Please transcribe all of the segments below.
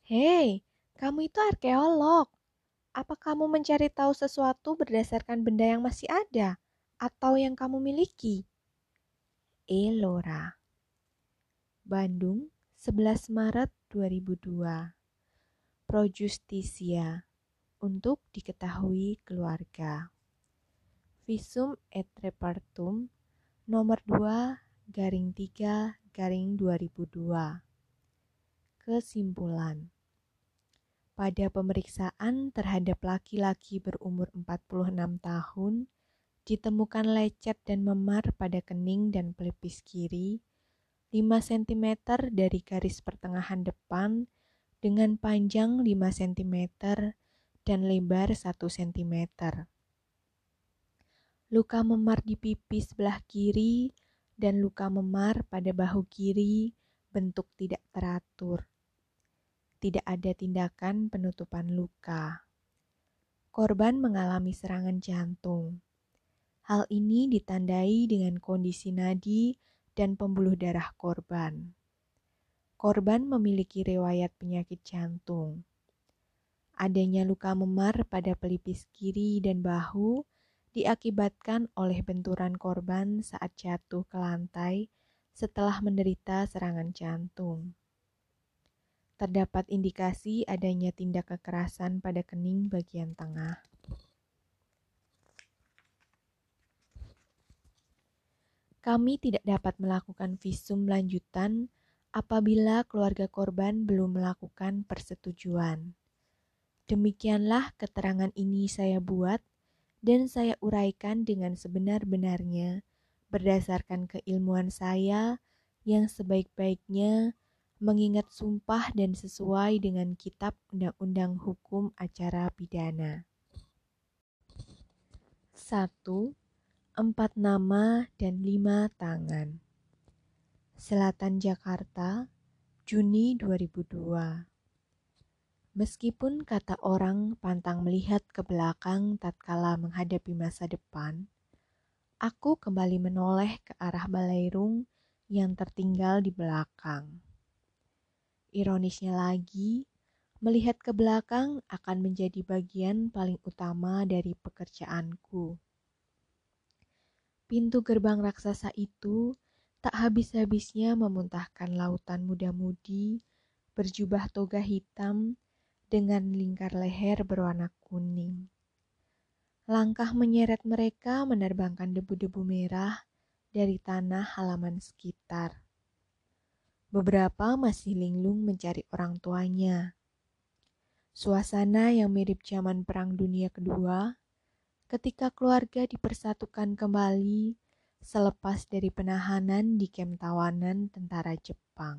Hei, kamu itu arkeolog. Apa kamu mencari tahu sesuatu berdasarkan benda yang masih ada atau yang kamu miliki? Elora. Bandung, 11 Maret 2002. Pro Justisia. Untuk diketahui keluarga. Visum et Repertum nomor 2/3/2002. Kesimpulan. Pada pemeriksaan terhadap laki-laki berumur 46 tahun, ditemukan lecet dan memar pada kening dan pelipis kiri 5 cm dari garis pertengahan depan dengan panjang 5 cm dan lebar 1 cm. Luka memar di pipi sebelah kiri dan luka memar pada bahu kiri bentuk tidak teratur. Tidak ada tindakan penutupan luka. Korban mengalami serangan jantung. Hal ini ditandai dengan kondisi nadi dan pembuluh darah korban. Korban memiliki riwayat penyakit jantung. Adanya luka memar pada pelipis kiri dan bahu diakibatkan oleh benturan korban saat jatuh ke lantai setelah menderita serangan jantung. Terdapat indikasi adanya tindak kekerasan pada kening bagian tengah. Kami tidak dapat melakukan visum lanjutan apabila keluarga korban belum melakukan persetujuan. Demikianlah keterangan ini saya buat dan saya uraikan dengan sebenar-benarnya berdasarkan keilmuan saya yang sebaik-baiknya mengingat sumpah dan sesuai dengan Kitab Undang-Undang Hukum Acara Pidana. 1. 4 nama dan 5 tangan. Selatan Jakarta, Juni 2002. Meskipun kata orang pantang melihat ke belakang tatkala menghadapi masa depan, aku kembali menoleh ke arah balairung yang tertinggal di belakang. Ironisnya lagi, melihat ke belakang akan menjadi bagian paling utama dari pekerjaanku. Pintu gerbang raksasa itu tak habis-habisnya memuntahkan lautan muda-mudi berjubah toga hitam dengan lingkar leher berwarna kuning. Langkah menyeret mereka menerbangkan debu-debu merah dari tanah halaman sekitar. Beberapa masih linglung mencari orang tuanya. Suasana yang mirip zaman Perang Dunia Kedua, ketika keluarga dipersatukan kembali selepas dari penahanan di kem tawanan tentara Jepang.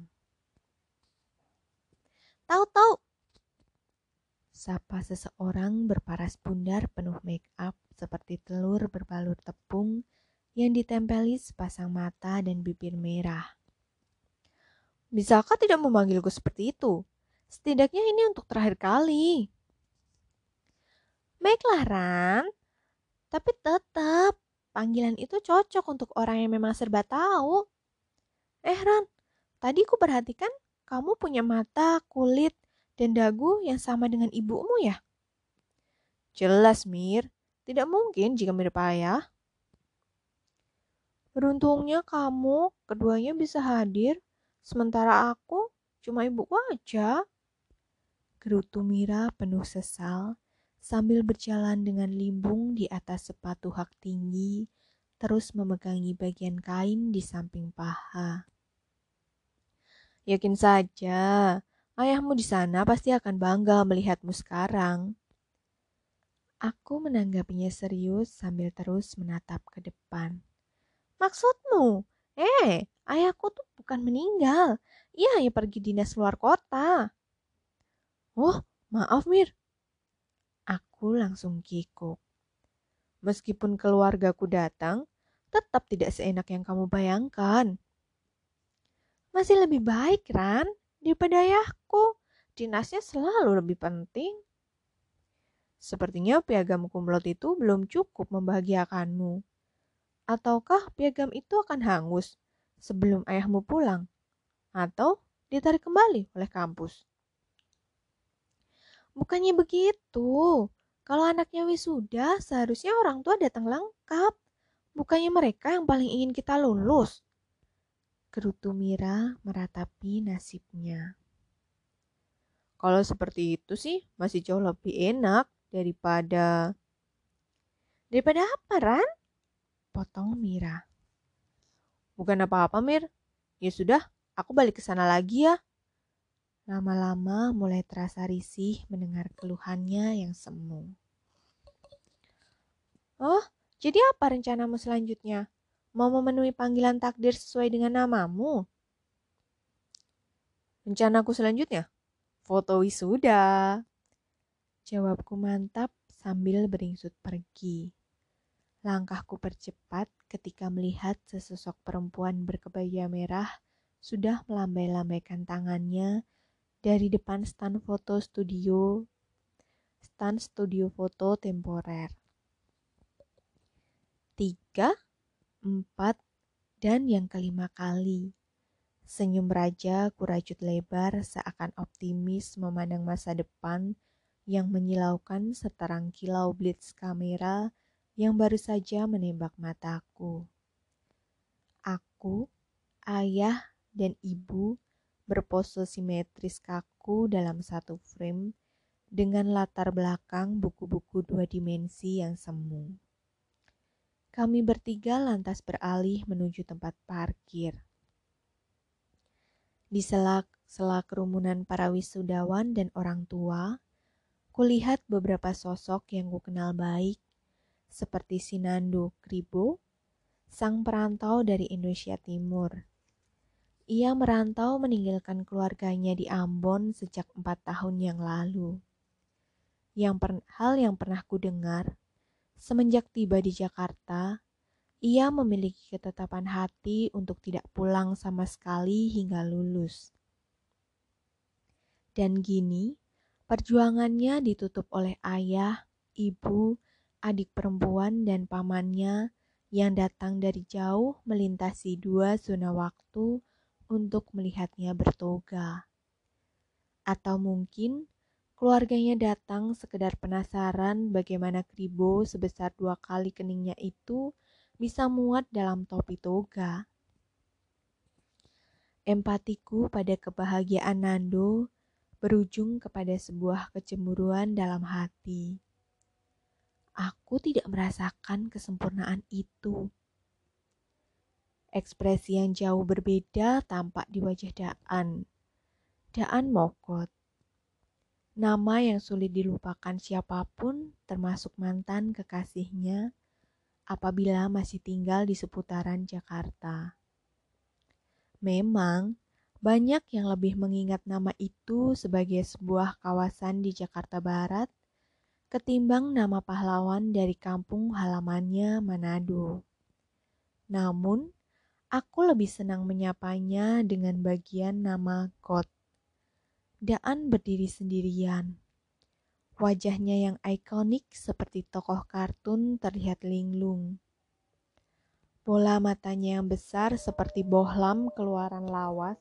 Tahu-tahu, sapa seseorang berparas bundar penuh make up seperti telur berbalur tepung yang ditempeli sepasang mata dan bibir merah. Bisakah tidak memanggilku seperti itu? Setidaknya ini untuk terakhir kali. Baiklah, Ran. Tapi tetap, panggilan itu cocok untuk orang yang memang serba tahu. Ran, tadi ku perhatikan kamu punya mata, kulit, dan dagu yang sama dengan ibumu ya? Jelas, Mir. Tidak mungkin jika mirip ayah. Beruntungnya kamu, keduanya bisa hadir, sementara aku cuma ibuku aja. Gerutu Mira penuh sesal sambil berjalan dengan limbung di atas sepatu hak tinggi, terus memegangi bagian kain di samping paha. Yakin saja, ayahmu di sana pasti akan bangga melihatmu sekarang. Aku menanggapinya serius sambil terus menatap ke depan. Maksudmu? Ayahku tuh bukan meninggal. Ia hanya pergi dinas luar kota. Oh, maaf Mir. Aku langsung kikuk. Meskipun keluargaku datang, tetap tidak seenak yang kamu bayangkan. Masih lebih baik, Ran, daripada ayahku. Dinasnya selalu lebih penting. Sepertinya piagam kumlot itu belum cukup membahagiakanmu. Ataukah piagam itu akan hangus sebelum ayahmu pulang? Atau ditarik kembali oleh kampus? Bukannya begitu. Kalau anaknya wisuda, seharusnya orang tua datang lengkap. Bukannya mereka yang paling ingin kita lulus. Gerutu Mira meratapi nasibnya. Kalau seperti itu sih masih jauh lebih enak daripada apa, Ran? Potong Mira. Bukan apa-apa, Mir. Ya sudah, aku balik ke sana lagi ya. Lama-lama mulai terasa risih mendengar keluhannya yang semu. Oh, jadi apa rencanamu selanjutnya? Mau memenuhi panggilan takdir sesuai dengan namamu? Rencanaku selanjutnya? Foto wisuda. Jawabku mantap sambil beringsut pergi. Langkahku percepat ketika melihat sesosok perempuan berkebaya merah sudah melambai-lambaikan tangannya dari depan stand studio foto temporer. 3, 4, dan yang kelima kali. Senyum raja kurajut lebar seakan optimis memandang masa depan yang menyilaukan seterang kilau blitz kamera yang baru saja menembak mataku. Aku, ayah, dan ibu berpose simetris kaku dalam satu frame dengan latar belakang buku-buku 2 dimensi yang semu. Kami bertiga lantas beralih menuju tempat parkir. Di sela-sela kerumunan para wisudawan dan orang tua, kulihat beberapa sosok yang kukenal baik, seperti Sinando Kribo, sang perantau dari Indonesia Timur. Ia merantau meninggalkan keluarganya di Ambon sejak 4 tahun yang lalu. Hal yang pernah kudengar, semenjak tiba di Jakarta, ia memiliki ketetapan hati untuk tidak pulang sama sekali hingga lulus. Dan gini, perjuangannya ditutup oleh ayah, ibu, adik perempuan, dan pamannya yang datang dari jauh melintasi 2 zona waktu untuk melihatnya bertoga. Atau mungkin keluarganya datang sekedar penasaran bagaimana Kribo sebesar 2 kali keningnya itu bisa muat dalam topi toga. Empatiku pada kebahagiaan Nando berujung kepada sebuah kecemburuan dalam hati. Aku tidak merasakan kesempurnaan itu. Ekspresi yang jauh berbeda tampak di wajah Daan. Daan Mokot. Nama yang sulit dilupakan siapapun, termasuk mantan kekasihnya, apabila masih tinggal di seputaran Jakarta. Memang, banyak yang lebih mengingat nama itu sebagai sebuah kawasan di Jakarta Barat ketimbang nama pahlawan dari kampung halamannya Manado. Namun, aku lebih senang menyapanya dengan bagian nama God. Daan berdiri sendirian. Wajahnya yang ikonik seperti tokoh kartun terlihat linglung. Bola matanya yang besar seperti bohlam keluaran lawas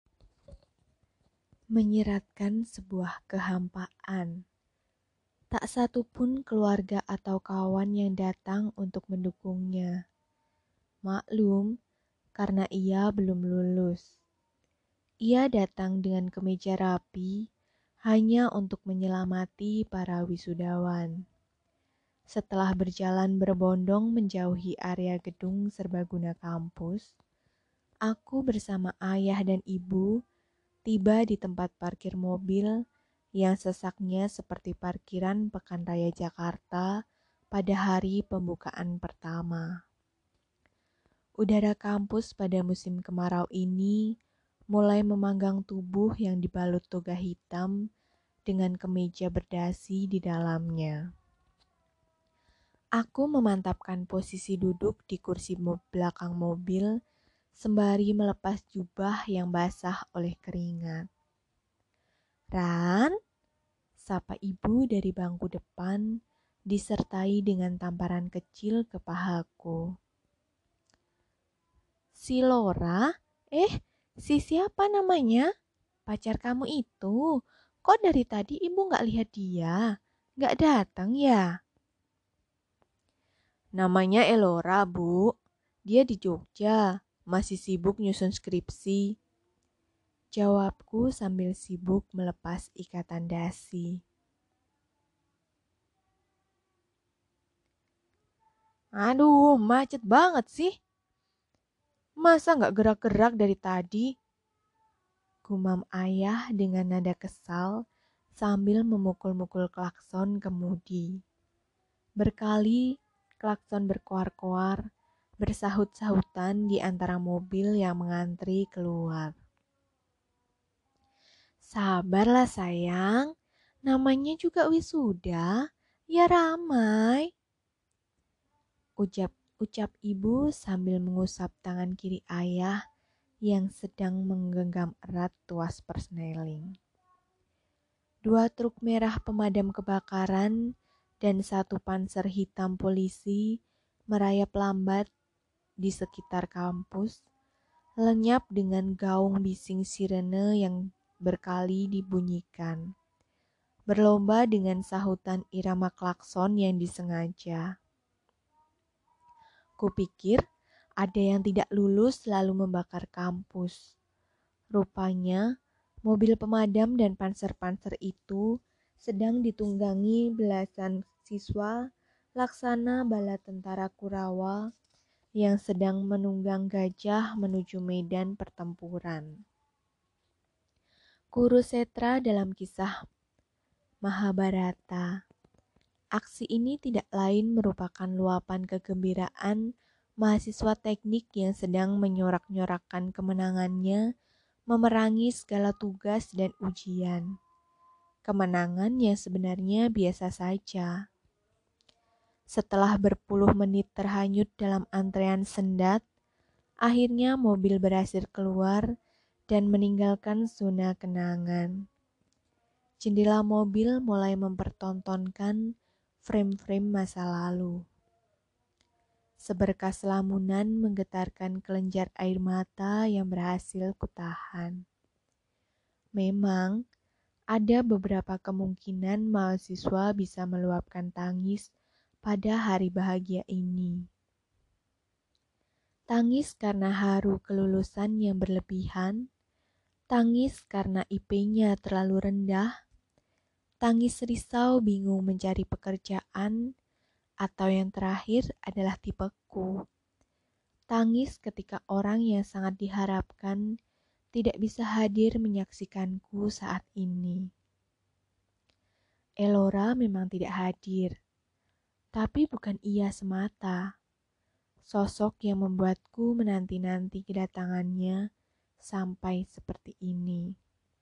menyeratkan sebuah kehampaan. Tak satu pun keluarga atau kawan yang datang untuk mendukungnya. Maklum, karena ia belum lulus. Ia datang dengan kemeja rapi hanya untuk menyelamati para wisudawan. Setelah berjalan berbondong menjauhi area gedung serbaguna kampus, aku bersama ayah dan ibu tiba di tempat parkir mobil yang sesaknya seperti parkiran Pekan Raya Jakarta pada hari pembukaan pertama. Udara kampus pada musim kemarau ini mulai memanggang tubuh yang dibalut toga hitam dengan kemeja berdasi di dalamnya. Aku memantapkan posisi duduk di kursi belakang mobil sembari melepas jubah yang basah oleh keringat. Ran, sapa ibu dari bangku depan, disertai dengan tamparan kecil ke pahaku. Si Laura? Si siapa namanya? Pacar kamu itu? Kok dari tadi ibu nggak lihat dia? Nggak datang ya? Namanya Elora, Bu. Dia di Jogja, masih sibuk nyusun skripsi. Jawabku sambil sibuk melepas ikatan dasi. Aduh, macet banget sih. Masa nggak gerak-gerak dari tadi? Gumam ayah dengan nada kesal sambil memukul-mukul klakson kemudi. Berkali klakson berkoar-koar, bersahut-sahutan di antara mobil yang mengantri keluar. Sabarlah sayang, namanya juga wisuda, ya ramai. Ucap ibu sambil mengusap tangan kiri ayah yang sedang menggenggam erat tuas persneling. 2 truk merah pemadam kebakaran dan 1 panser hitam polisi merayap lambat di sekitar kampus, lenyap dengan gaung bising sirene yang berkali dibunyikan, berlomba dengan sahutan irama klakson yang disengaja. Kupikir ada yang tidak lulus lalu membakar kampus. Rupanya mobil pemadam dan panser-panser itu sedang ditunggangi belasan siswa laksana bala tentara Kurawa yang sedang menunggang gajah menuju medan pertempuran. Kurusetra dalam kisah Mahabharata. Aksi ini tidak lain merupakan luapan kegembiraan mahasiswa teknik yang sedang menyorak-nyorakkan kemenangannya memerangi segala tugas dan ujian. Kemenangan yang sebenarnya biasa saja. Setelah berpuluh menit terhanyut dalam antrean sendat, akhirnya mobil berhasil keluar dan meninggalkan zona kenangan. Jendela mobil mulai mempertontonkan frame-frame masa lalu. Seberkas lamunan menggetarkan kelenjar air mata yang berhasil kutahan. Memang, ada beberapa kemungkinan mahasiswa bisa meluapkan tangis pada hari bahagia ini. Tangis karena haru kelulusan yang berlebihan, tangis karena IP-nya terlalu rendah, tangis risau bingung mencari pekerjaan, atau yang terakhir adalah tipeku. Tangis ketika orang yang sangat diharapkan tidak bisa hadir menyaksikanku saat ini. Elora memang tidak hadir, tapi bukan ia semata. Sosok yang membuatku menanti-nanti kedatangannya sampai seperti ini.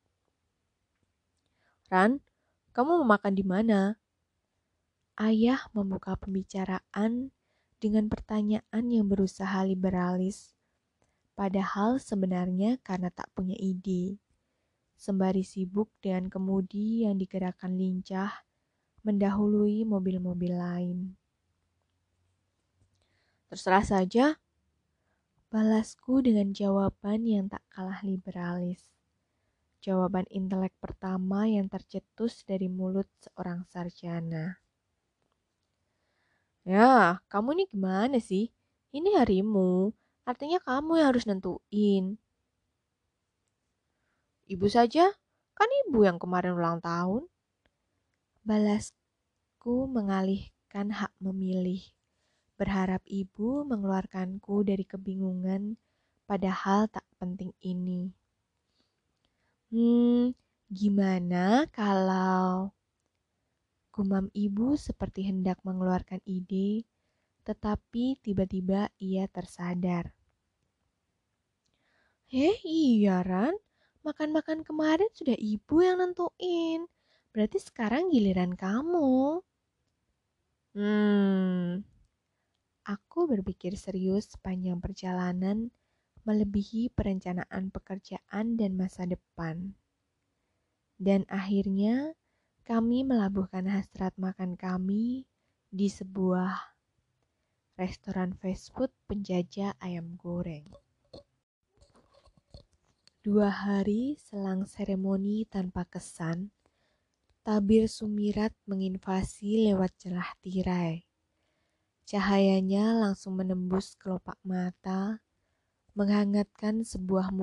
Ran, kamu mau makan di mana? Ayah membuka pembicaraan dengan pertanyaan yang berusaha liberalis, padahal sebenarnya karena tak punya ide. Sembari sibuk dengan kemudi yang digerakkan lincah mendahului mobil-mobil lain. Terserah saja, balasku dengan jawaban yang tak kalah liberalis. Jawaban intelek pertama yang tercetus dari mulut seorang sarjana. Ya, kamu nih gimana sih? Ini harimu, artinya kamu yang harus nentuin. Ibu saja, kan ibu yang kemarin ulang tahun. Balasku mengalihkan hak memilih, berharap ibu mengeluarkanku dari kebingungan padahal tak penting ini. Gimana kalau... Gumam ibu seperti hendak mengeluarkan ide, tetapi tiba-tiba ia tersadar. Iya Ran, makan-makan kemarin sudah ibu yang nentuin. Berarti sekarang giliran kamu. Aku berpikir serius sepanjang perjalanan melebihi perencanaan pekerjaan dan masa depan. Dan akhirnya kami melabuhkan hasrat makan kami di sebuah restoran fast food penjajah ayam goreng. 2 hari selang seremoni tanpa kesan, Tabir Sumirat menginvasi lewat celah tirai. Cahayanya langsung menembus kelopak mata, menghangatkan sebelah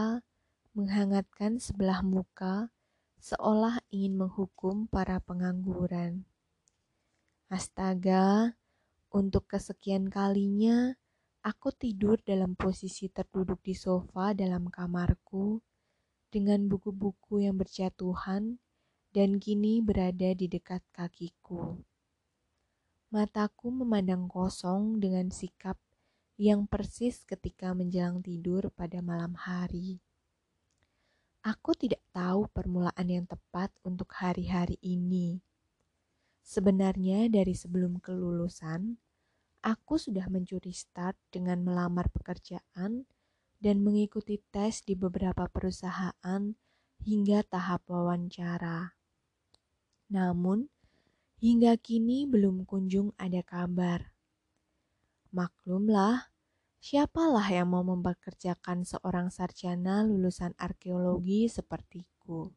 muka, seolah ingin menghukum para pengangguran. Astaga, untuk kesekian kalinya, aku tidur dalam posisi terduduk di sofa dalam kamarku, dengan buku-buku yang berjatuhan, dan kini berada di dekat kakiku. Mataku memandang kosong dengan sikap yang persis ketika menjelang tidur pada malam hari. Aku tidak tahu permulaan yang tepat untuk hari-hari ini. Sebenarnya dari sebelum kelulusan, aku sudah mencuri start dengan melamar pekerjaan dan mengikuti tes di beberapa perusahaan hingga tahap wawancara. Namun, hingga kini belum kunjung ada kabar. Maklumlah, siapalah yang mau mempekerjakan seorang sarjana lulusan arkeologi sepertiku.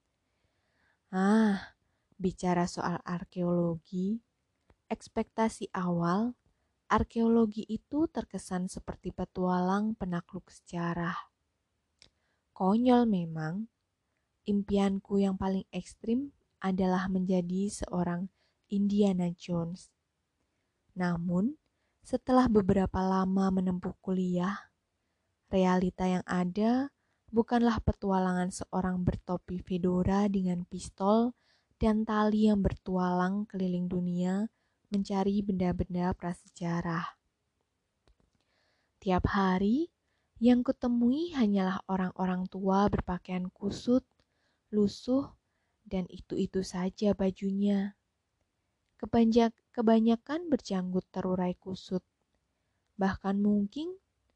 Bicara soal arkeologi, ekspektasi awal, arkeologi itu terkesan seperti petualang penakluk sejarah. Konyol memang, impianku yang paling ekstrim adalah menjadi seorang Indiana Jones. Namun, setelah beberapa lama menempuh kuliah, realita yang ada bukanlah petualangan seorang bertopi fedora dengan pistol dan tali yang bertualang keliling dunia mencari benda-benda prasejarah. Tiap hari, yang kutemui hanyalah orang-orang tua berpakaian kusut, lusuh, dan itu-itu saja bajunya. Kebanyakan berjanggut terurai kusut. Bahkan mungkin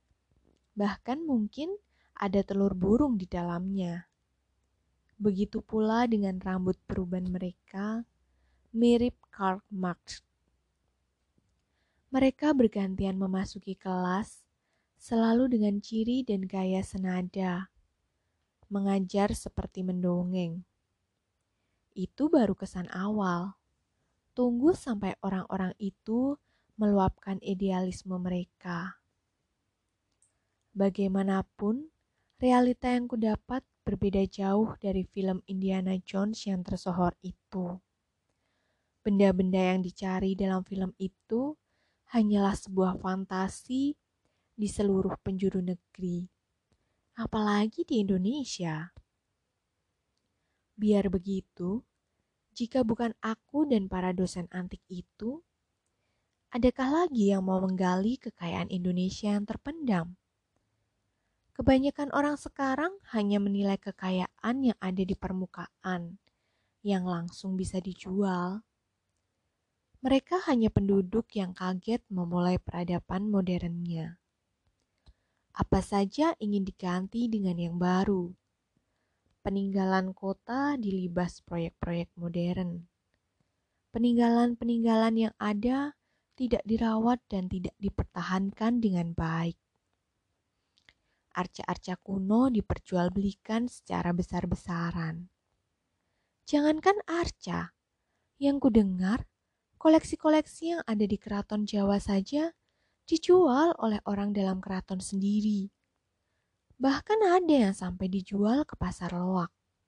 ada telur burung di dalamnya. Begitu pula dengan rambut peruban mereka, mirip Karl Marx. Mereka bergantian memasuki kelas, selalu dengan ciri dan gaya senada. Mengajar seperti mendongeng. Itu baru kesan awal. Tunggu sampai orang-orang itu meluapkan idealisme mereka. Bagaimanapun, realita yang kudapat berbeda jauh dari film Indiana Jones yang tersohor itu. Benda-benda yang dicari dalam film itu hanyalah sebuah fantasi di seluruh penjuru negeri, apalagi di Indonesia. Biar begitu, jika bukan aku dan para dosen antik itu, adakah lagi yang mau menggali kekayaan Indonesia yang terpendam? Kebanyakan orang sekarang hanya menilai kekayaan yang ada di permukaan, yang langsung bisa dijual. Mereka hanya penduduk yang kaget memulai peradaban modernnya. Apa saja ingin diganti dengan yang baru. Peninggalan kota dilibas proyek-proyek modern. Peninggalan-peninggalan yang ada tidak dirawat dan tidak dipertahankan dengan baik. Arca-arca kuno diperjualbelikan secara besar-besaran. Jangankan arca, yang kudengar, koleksi-koleksi yang ada di keraton Jawa saja dijual oleh orang dalam keraton sendiri. Bahkan ada yang sampai dijual ke pasar loak.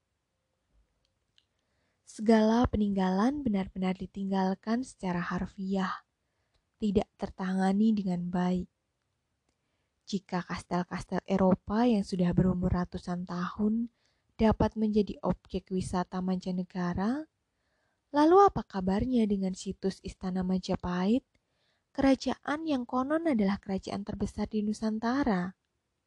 Segala peninggalan benar-benar ditinggalkan secara harfiah, tidak tertangani dengan baik. Jika kastel-kastel Eropa yang sudah berumur ratusan tahun dapat menjadi objek wisata mancanegara, lalu apa kabarnya dengan situs Istana Majapahit, kerajaan yang konon adalah kerajaan terbesar di Nusantara?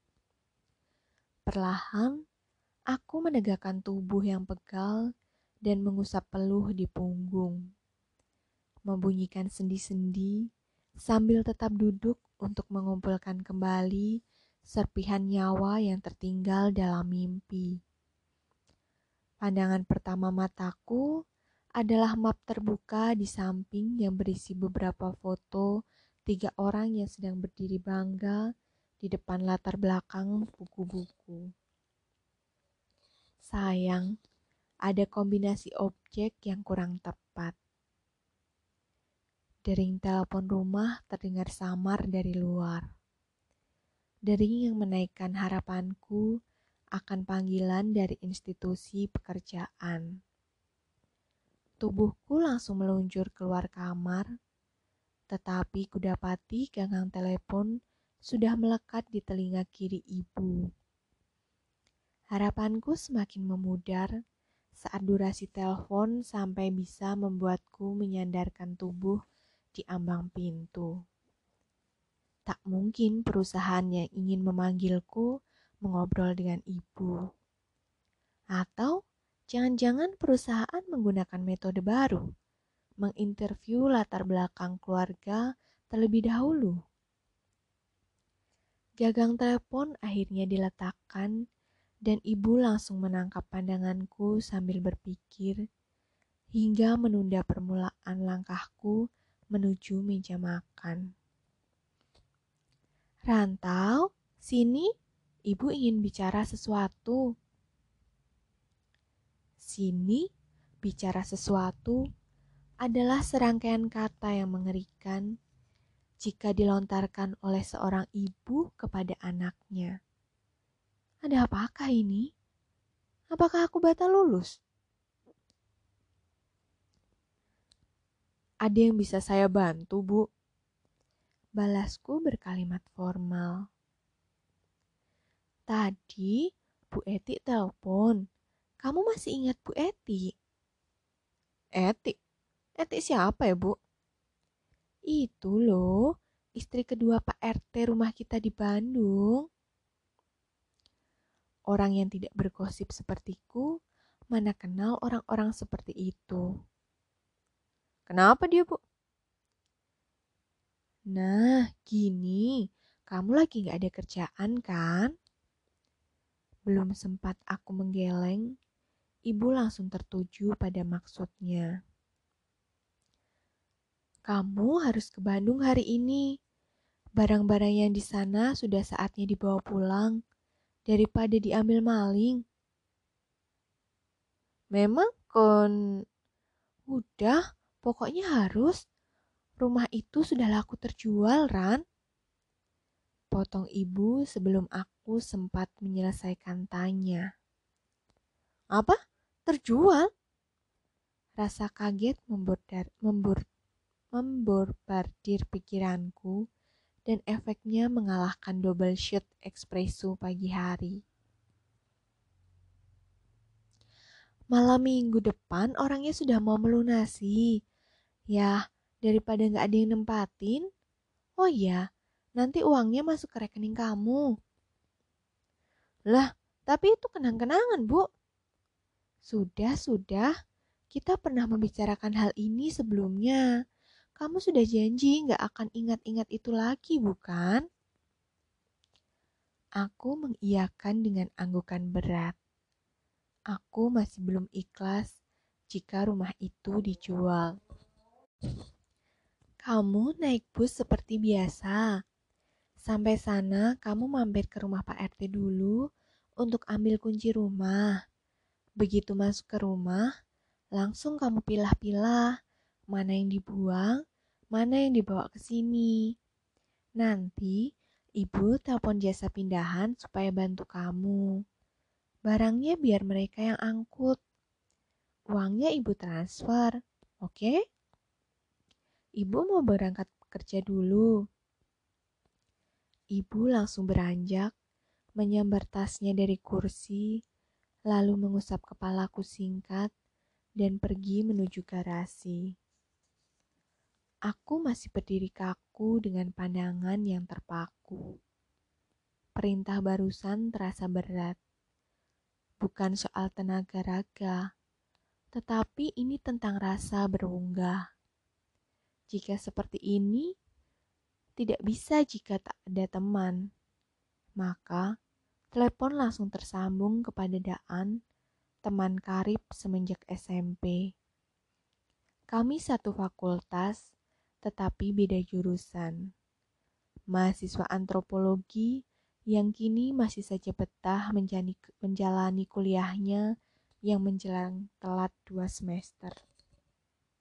Perlahan, aku menegakkan tubuh yang pegal dan mengusap peluh di punggung, membunyikan sendi-sendi sambil tetap duduk untuk mengumpulkan kembali serpihan nyawa yang tertinggal dalam mimpi. Pandangan pertama mataku adalah map terbuka di samping yang berisi beberapa foto 3 orang yang sedang berdiri bangga di depan latar belakang buku-buku. Sayang, ada kombinasi objek yang kurang tepat. Dering telepon rumah terdengar samar dari luar. Dering yang menaikkan harapanku akan panggilan dari institusi pekerjaan. Tubuhku langsung meluncur keluar kamar, tetapi kudapati gagang telepon sudah melekat di telinga kiri ibu. Harapanku semakin memudar saat durasi telepon sampai bisa membuatku menyandarkan tubuh di ambang pintu. Tak mungkin perusahaan yang ingin memanggilku mengobrol dengan ibu. Atau jangan-jangan perusahaan menggunakan metode baru, menginterview latar belakang keluarga terlebih dahulu. Gagang telepon akhirnya diletakkan dan ibu langsung menangkap pandanganku sambil berpikir hingga menunda permulaan langkahku menuju meja makan. Rantau, sini, ibu ingin bicara sesuatu. Sini, bicara sesuatu adalah serangkaian kata yang mengerikan jika dilontarkan oleh seorang ibu kepada anaknya. Ada apakah ini? Apakah aku batal lulus? Ada yang bisa saya bantu, Bu? Balasku berkalimat formal. Tadi Bu Eti telepon. Kamu masih ingat Bu Eti? Eti? Eti siapa ya, Bu? Itu loh, istri kedua Pak RT rumah kita di Bandung. Orang yang tidak bergosip sepertiku, mana kenal orang-orang seperti itu. Kenapa dia, Bu? Nah, gini, kamu lagi gak ada kerjaan kan? Belum sempat aku menggeleng, ibu langsung tertuju pada maksudnya. Kamu harus ke Bandung hari ini. Barang-barang yang di sana sudah saatnya dibawa pulang daripada diambil maling. Memang udah, pokoknya harus. Rumah itu sudah laku terjual, Ran. Potong ibu sebelum aku sempat menyelesaikan tanya. Apa? Terjual? Rasa kaget memborbardir pikiranku dan efeknya mengalahkan double shot espresso pagi hari. Malam minggu depan orangnya sudah mau melunasi. Ya, daripada gak ada yang nempatin. Oh iya, nanti uangnya masuk ke rekening kamu. Lah, tapi itu kenang-kenangan, Bu. Sudah. Kita pernah membicarakan hal ini sebelumnya. Kamu sudah janji gak akan ingat-ingat itu lagi, bukan? Aku mengiyakan dengan anggukan berat. Aku masih belum ikhlas jika rumah itu dijual. Kamu naik bus seperti biasa. Sampai sana kamu mampir ke rumah Pak RT dulu untuk ambil kunci rumah. Begitu masuk ke rumah, langsung kamu pilah-pilah mana yang dibuang, mana yang dibawa ke sini. Nanti ibu telepon jasa pindahan supaya bantu kamu. Barangnya biar mereka yang angkut. Uangnya ibu transfer, oke? Ibu mau berangkat kerja dulu. Ibu langsung beranjak, menyambar tasnya dari kursi, lalu mengusap kepalaku singkat, dan pergi menuju garasi. Aku masih berdiri kaku dengan pandangan yang terpaku. Perintah barusan terasa berat. Bukan soal tenaga raga, tetapi ini tentang rasa berunggah. Jika seperti ini, tidak bisa jika tak ada teman. Maka, telepon langsung tersambung kepada Daan, teman karib semenjak SMP. Kami satu fakultas, tetapi beda jurusan. Mahasiswa antropologi yang kini masih saja betah menjalani kuliahnya yang menjelang telat 2 semester.